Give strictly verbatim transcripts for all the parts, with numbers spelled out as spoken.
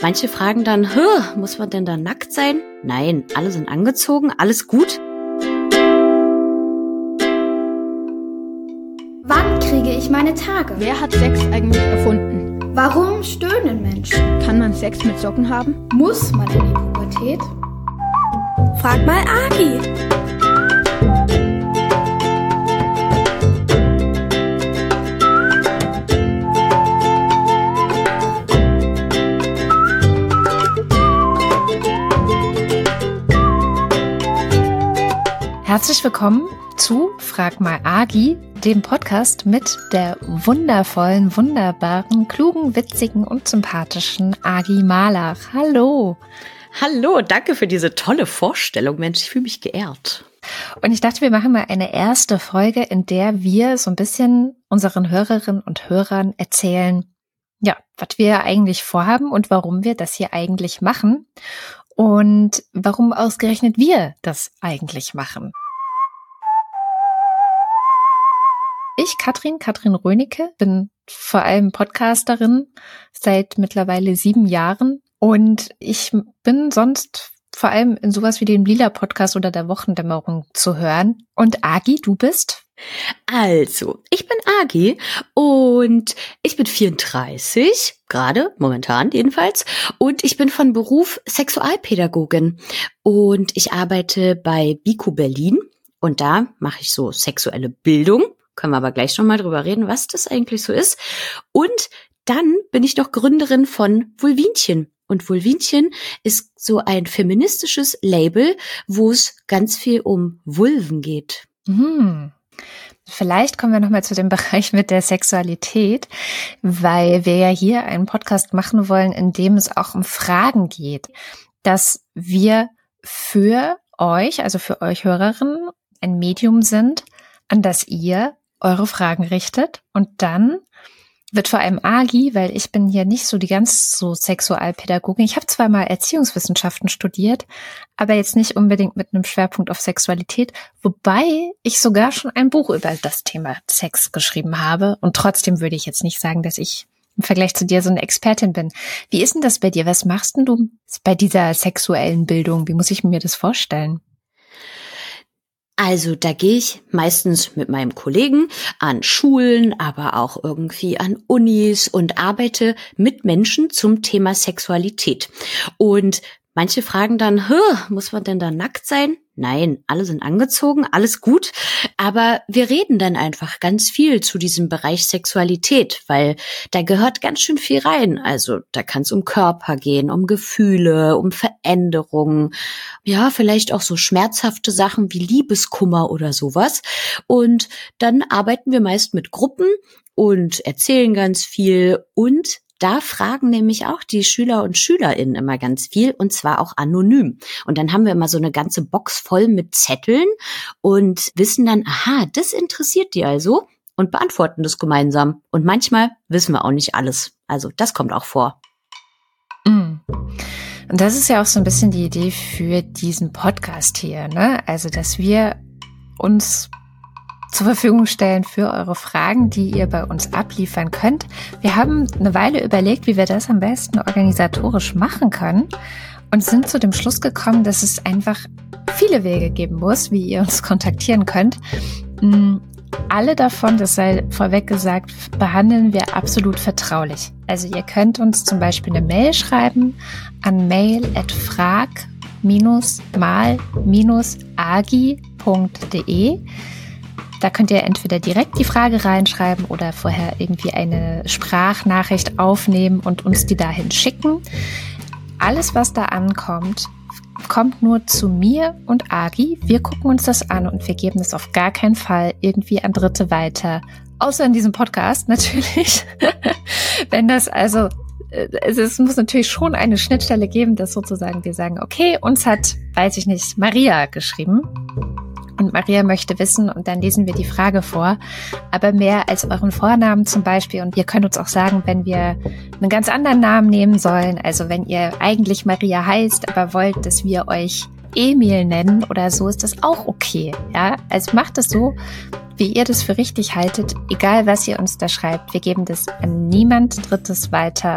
Manche fragen dann, Hö, muss man denn da nackt sein? Nein, alle sind angezogen, alles gut. Wann kriege ich meine Tage? Wer hat Sex eigentlich erfunden? Warum stöhnen Menschen? Kann man Sex mit Socken haben? Muss man in die Pubertät? Frag mal Agi. Herzlich willkommen zu Frag mal Agi, dem Podcast mit der wundervollen, wunderbaren, klugen, witzigen und sympathischen Agi Malach. Hallo! Hallo, danke für diese tolle Vorstellung, Mensch, ich fühle mich geehrt. Und ich dachte, wir machen mal eine erste Folge, in der wir so ein bisschen unseren Hörerinnen und Hörern erzählen, ja, was wir eigentlich vorhaben und warum wir das hier eigentlich machen und warum ausgerechnet wir das eigentlich machen. Ich, Katrin, Katrin Rönecke, bin vor allem Podcasterin seit mittlerweile sieben Jahren und ich bin sonst vor allem in sowas wie dem Lila-Podcast oder der Wochendämmerung zu hören. Und Agi, du bist? Also, ich bin Agi und ich bin vierunddreißig, gerade, momentan jedenfalls, und ich bin von Beruf Sexualpädagogin und ich arbeite bei BIKU Berlin und da mache ich so sexuelle Bildung. Können wir aber gleich schon mal drüber reden, was das eigentlich so ist. Und dann bin ich noch Gründerin von Vulvinchen. Und Vulvinchen ist so ein feministisches Label, wo es ganz viel um Vulven geht. Hm. Vielleicht kommen wir nochmal zu dem Bereich mit der Sexualität, weil wir ja hier einen Podcast machen wollen, in dem es auch um Fragen geht, dass wir für euch, also für euch Hörerinnen, ein Medium sind, an das ihr eure Fragen richtet und dann wird vor allem Agi, weil ich bin hier nicht so die ganz so Sexualpädagogin. Ich habe zwar mal Erziehungswissenschaften studiert, aber jetzt nicht unbedingt mit einem Schwerpunkt auf Sexualität, wobei ich sogar schon ein Buch über das Thema Sex geschrieben habe und trotzdem würde ich jetzt nicht sagen, dass ich im Vergleich zu dir so eine Expertin bin. Wie ist denn das bei dir? Was machst denn du bei dieser sexuellen Bildung? Wie muss ich mir das vorstellen? Also da gehe ich meistens mit meinem Kollegen an Schulen, aber auch irgendwie an Unis und arbeite mit Menschen zum Thema Sexualität. Und manche fragen dann, muss man denn da nackt sein? Nein, alle sind angezogen, alles gut. Aber wir reden dann einfach ganz viel zu diesem Bereich Sexualität, weil da gehört ganz schön viel rein. Also da kann es um Körper gehen, um Gefühle, um Veränderungen. Ja, vielleicht auch so schmerzhafte Sachen wie Liebeskummer oder sowas. Und dann arbeiten wir meist mit Gruppen und erzählen ganz viel und da fragen nämlich auch die Schüler und SchülerInnen immer ganz viel und zwar auch anonym. Und dann haben wir immer so eine ganze Box voll mit Zetteln und wissen dann, aha, das interessiert die also und beantworten das gemeinsam. Und manchmal wissen wir auch nicht alles. Also das kommt auch vor. Mm. Und das ist ja auch so ein bisschen die Idee für diesen Podcast hier, ne? Also, dass wir uns zur Verfügung stellen für eure Fragen, die ihr bei uns abliefern könnt. Wir haben eine Weile überlegt, wie wir das am besten organisatorisch machen können und sind zu dem Schluss gekommen, dass es einfach viele Wege geben muss, wie ihr uns kontaktieren könnt. Alle davon, das sei vorweg gesagt, behandeln wir absolut vertraulich. Also ihr könnt uns zum Beispiel eine Mail schreiben an mail at frag mal agi punkt de. Da könnt ihr entweder direkt die Frage reinschreiben oder vorher irgendwie eine Sprachnachricht aufnehmen und uns die dahin schicken. Alles, was da ankommt, kommt nur zu mir und Agi. Wir gucken uns das an und wir geben es auf gar keinen Fall irgendwie an Dritte weiter. Außer in diesem Podcast natürlich. Wenn das also, es, es muss natürlich schon eine Schnittstelle geben, dass sozusagen wir sagen, okay, uns hat, weiß ich nicht, Maria geschrieben. Und Maria möchte wissen und dann lesen wir die Frage vor, aber mehr als euren Vornamen zum Beispiel. Und ihr könnt uns auch sagen, wenn wir einen ganz anderen Namen nehmen sollen, also wenn ihr eigentlich Maria heißt, aber wollt, dass wir euch Emil nennen oder so, ist das auch okay. Ja, also macht es so, wie ihr das für richtig haltet, egal was ihr uns da schreibt. Wir geben das an niemand Drittes weiter.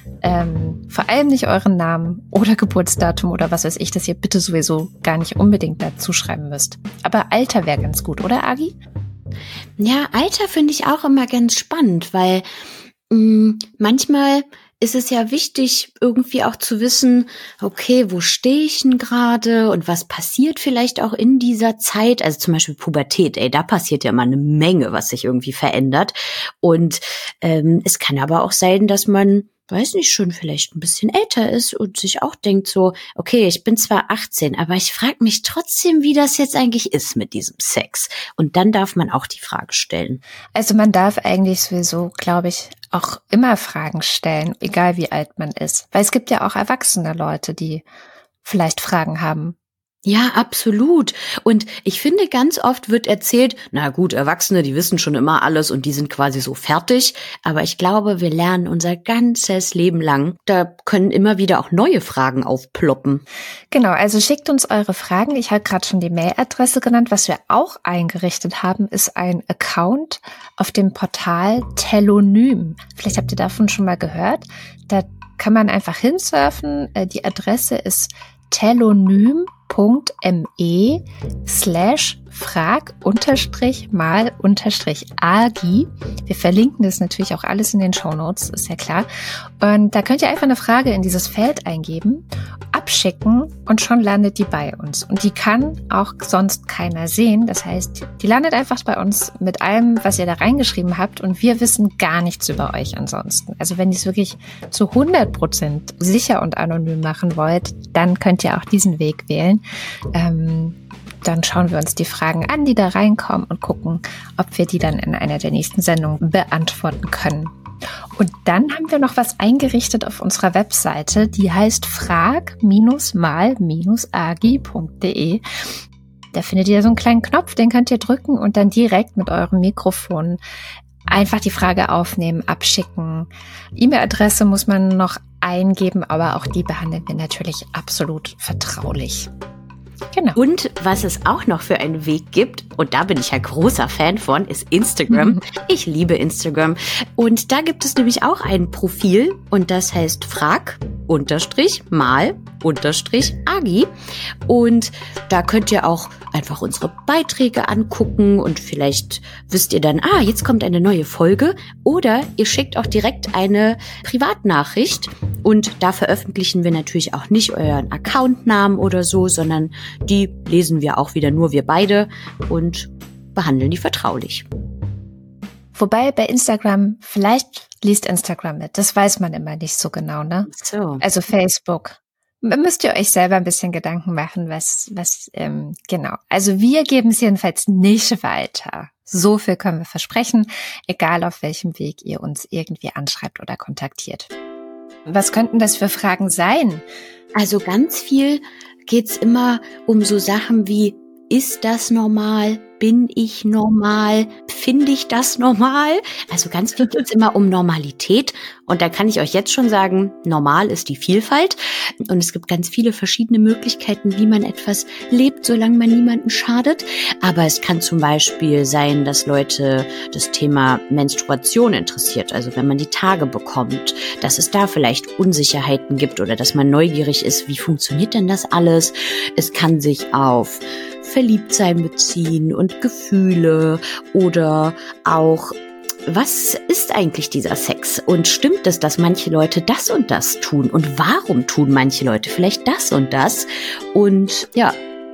ähm, vor allem nicht euren Namen oder Geburtsdatum oder was weiß ich, das ihr bitte sowieso gar nicht unbedingt dazu schreiben müsst. Aber Alter wäre ganz gut, oder Agi? Ja, Alter finde ich auch immer ganz spannend, weil mh, manchmal ist es ja wichtig, irgendwie auch zu wissen, okay, wo stehe ich denn gerade und was passiert vielleicht auch in dieser Zeit? Also zum Beispiel Pubertät, ey, da passiert ja mal eine Menge, was sich irgendwie verändert. Und ähm, es kann aber auch sein, dass man, weiß nicht, schon vielleicht ein bisschen älter ist und sich auch denkt so, okay, ich bin zwar achtzehn, aber ich frage mich trotzdem, wie das jetzt eigentlich ist mit diesem Sex. Und dann darf man auch die Frage stellen. Also man darf eigentlich sowieso, glaube ich, auch immer Fragen stellen, egal wie alt man ist. Weil es gibt ja auch erwachsene Leute, die vielleicht Fragen haben. Ja, absolut. Und ich finde, ganz oft wird erzählt, na gut, Erwachsene, die wissen schon immer alles und die sind quasi so fertig. Aber ich glaube, wir lernen unser ganzes Leben lang. Da können immer wieder auch neue Fragen aufploppen. Genau, also schickt uns eure Fragen. Ich habe gerade schon die Mailadresse genannt. Was wir auch eingerichtet haben, ist ein Account auf dem Portal Telonym. Vielleicht habt ihr davon schon mal gehört. Da kann man einfach hinsurfen. Die Adresse ist telonym.me slash frag unterstrich mal unterstrich agi. Wir verlinken das natürlich auch alles in den Shownotes, ist ja klar. Und da könnt ihr einfach eine Frage in dieses Feld eingeben, abschicken und schon landet die bei uns. Und die kann auch sonst keiner sehen. Das heißt, die landet einfach bei uns mit allem, was ihr da reingeschrieben habt und wir wissen gar nichts über euch ansonsten. Also wenn ihr es wirklich zu hundert Prozent sicher und anonym machen wollt, dann könnt ihr auch diesen Weg wählen. Ähm, Dann schauen wir uns die Fragen an, die da reinkommen und gucken, ob wir die dann in einer der nächsten Sendungen beantworten können. Und dann haben wir noch was eingerichtet auf unserer Webseite, die heißt frag mal agi punkt de. Da findet ihr so einen kleinen Knopf, den könnt ihr drücken und dann direkt mit eurem Mikrofon einfach die Frage aufnehmen, abschicken. E-Mail-Adresse muss man noch eingeben, aber auch die behandeln wir natürlich absolut vertraulich. Genau. Und was es auch noch für einen Weg gibt, und da bin ich ja großer Fan von, ist Instagram. Mhm. Ich liebe Instagram. Und da gibt es nämlich auch ein Profil und das heißt frag unterstrich mal unterstrich agi. Und da könnt ihr auch einfach unsere Beiträge angucken und vielleicht wisst ihr dann, ah, jetzt kommt eine neue Folge. Oder ihr schickt auch direkt eine Privatnachricht und da veröffentlichen wir natürlich auch nicht euren Accountnamen oder so, sondern die lesen wir auch wieder nur wir beide und behandeln die vertraulich. Wobei bei Instagram, vielleicht liest Instagram mit. Das weiß man immer nicht so genau, ne? So. Also Facebook. Müsst ihr euch selber ein bisschen Gedanken machen, was, was, ähm, genau. Also wir geben es jedenfalls nicht weiter. So viel können wir versprechen, egal auf welchem Weg ihr uns irgendwie anschreibt oder kontaktiert. Was könnten das für Fragen sein? Also ganz viel geht's immer um so Sachen wie, ist das normal? Bin ich normal? Finde ich das normal? Also ganz viel geht's immer um Normalität. Und da kann ich euch jetzt schon sagen, normal ist die Vielfalt. Und es gibt ganz viele verschiedene Möglichkeiten, wie man etwas lebt, solange man niemandem schadet. Aber es kann zum Beispiel sein, dass Leute das Thema Menstruation interessiert. Also wenn man die Tage bekommt, dass es da vielleicht Unsicherheiten gibt oder dass man neugierig ist, wie funktioniert denn das alles? Es kann sich auf Verliebtsein beziehen und Gefühle oder auch, was ist eigentlich dieser Sex? Und stimmt es, dass manche Leute das und das tun? Und warum tun manche Leute vielleicht das und das? Und ja.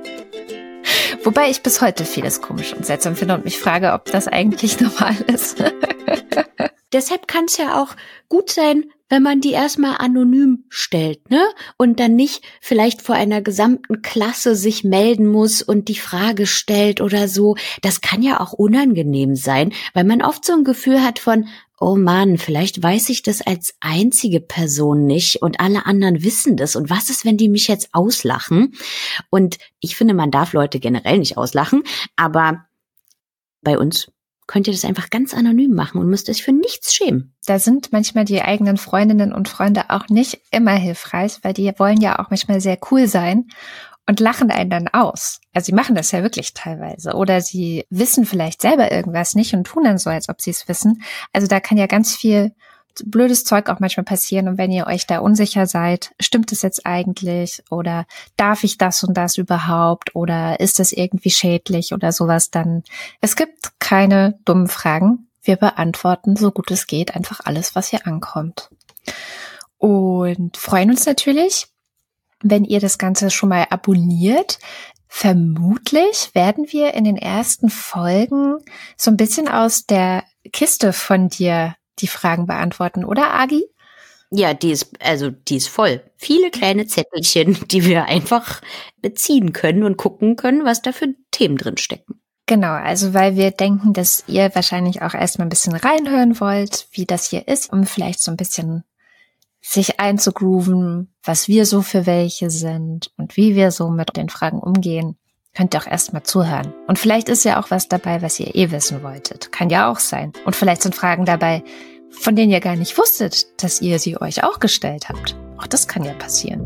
Wobei ich bis heute vieles komisch und seltsam finde und mich frage, ob das eigentlich normal ist. Deshalb kann es ja auch gut sein, wenn man die erstmal anonym stellt, ne? Und dann nicht vielleicht vor einer gesamten Klasse sich melden muss und die Frage stellt oder so. Das kann ja auch unangenehm sein, weil man oft so ein Gefühl hat von, oh Mann, vielleicht weiß ich das als einzige Person nicht und alle anderen wissen das. Und was ist, wenn die mich jetzt auslachen? Und ich finde, man darf Leute generell nicht auslachen, aber bei uns könnt ihr das einfach ganz anonym machen und müsst euch für nichts schämen. Da sind manchmal die eigenen Freundinnen und Freunde auch nicht immer hilfreich, weil die wollen ja auch manchmal sehr cool sein und lachen einen dann aus. Also sie machen das ja wirklich teilweise. Oder sie wissen vielleicht selber irgendwas nicht und tun dann so, als ob sie es wissen. Also da kann ja ganz viel blödes Zeug auch manchmal passieren. Und wenn ihr euch da unsicher seid, stimmt es jetzt eigentlich? Oder darf ich das und das überhaupt? Oder ist das irgendwie schädlich oder sowas? Dann, es gibt keine dummen Fragen. Wir beantworten, so gut es geht, einfach alles, was hier ankommt. Und freuen uns natürlich, wenn ihr das Ganze schon mal abonniert. Vermutlich werden wir in den ersten Folgen so ein bisschen aus der Kiste von dir die Fragen beantworten, oder Agi? Ja, die ist, also, die ist voll. Viele kleine Zettelchen, die wir einfach beziehen können und gucken können, was da für Themen drin stecken. Genau, also weil wir denken, dass ihr wahrscheinlich auch erstmal ein bisschen reinhören wollt, wie das hier ist, um vielleicht so ein bisschen sich einzugrooven, was wir so für welche sind und wie wir so mit den Fragen umgehen. Könnt ihr auch erstmal zuhören. Und vielleicht ist ja auch was dabei, was ihr eh wissen wolltet. Kann ja auch sein. Und vielleicht sind Fragen dabei, von denen ihr gar nicht wusstet, dass ihr sie euch auch gestellt habt. Auch das kann ja passieren.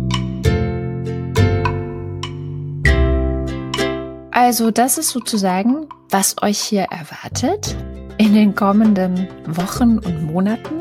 Also das ist sozusagen, was euch hier erwartet in den kommenden Wochen und Monaten.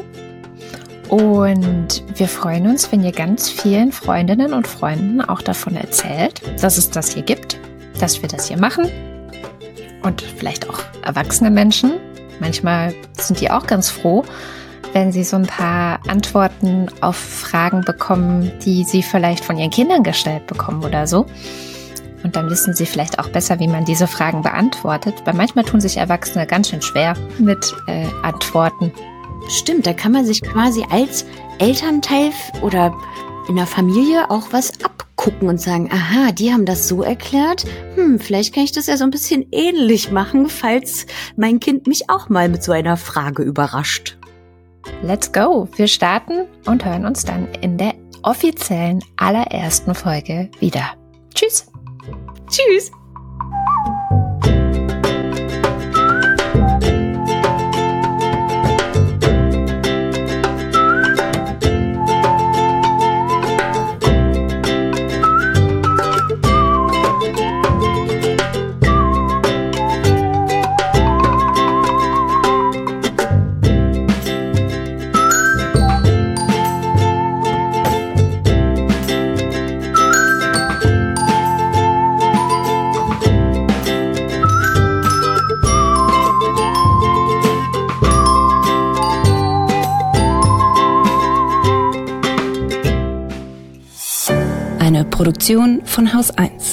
Und wir freuen uns, wenn ihr ganz vielen Freundinnen und Freunden auch davon erzählt, dass es das hier gibt, dass wir das hier machen. Und vielleicht auch erwachsene Menschen. Manchmal sind die auch ganz froh, wenn sie so ein paar Antworten auf Fragen bekommen, die sie vielleicht von ihren Kindern gestellt bekommen oder so. Und dann wissen sie vielleicht auch besser, wie man diese Fragen beantwortet. Weil manchmal tun sich Erwachsene ganz schön schwer mit äh, Antworten. Stimmt, da kann man sich quasi als Elternteil oder in der Familie auch was abgucken und sagen, aha, die haben das so erklärt, hm, vielleicht kann ich das ja so ein bisschen ähnlich machen, falls mein Kind mich auch mal mit so einer Frage überrascht. Let's go! Wir starten und hören uns dann in der offiziellen allerersten Folge wieder. Tschüss! Tschüss! Produktion von Haus eins.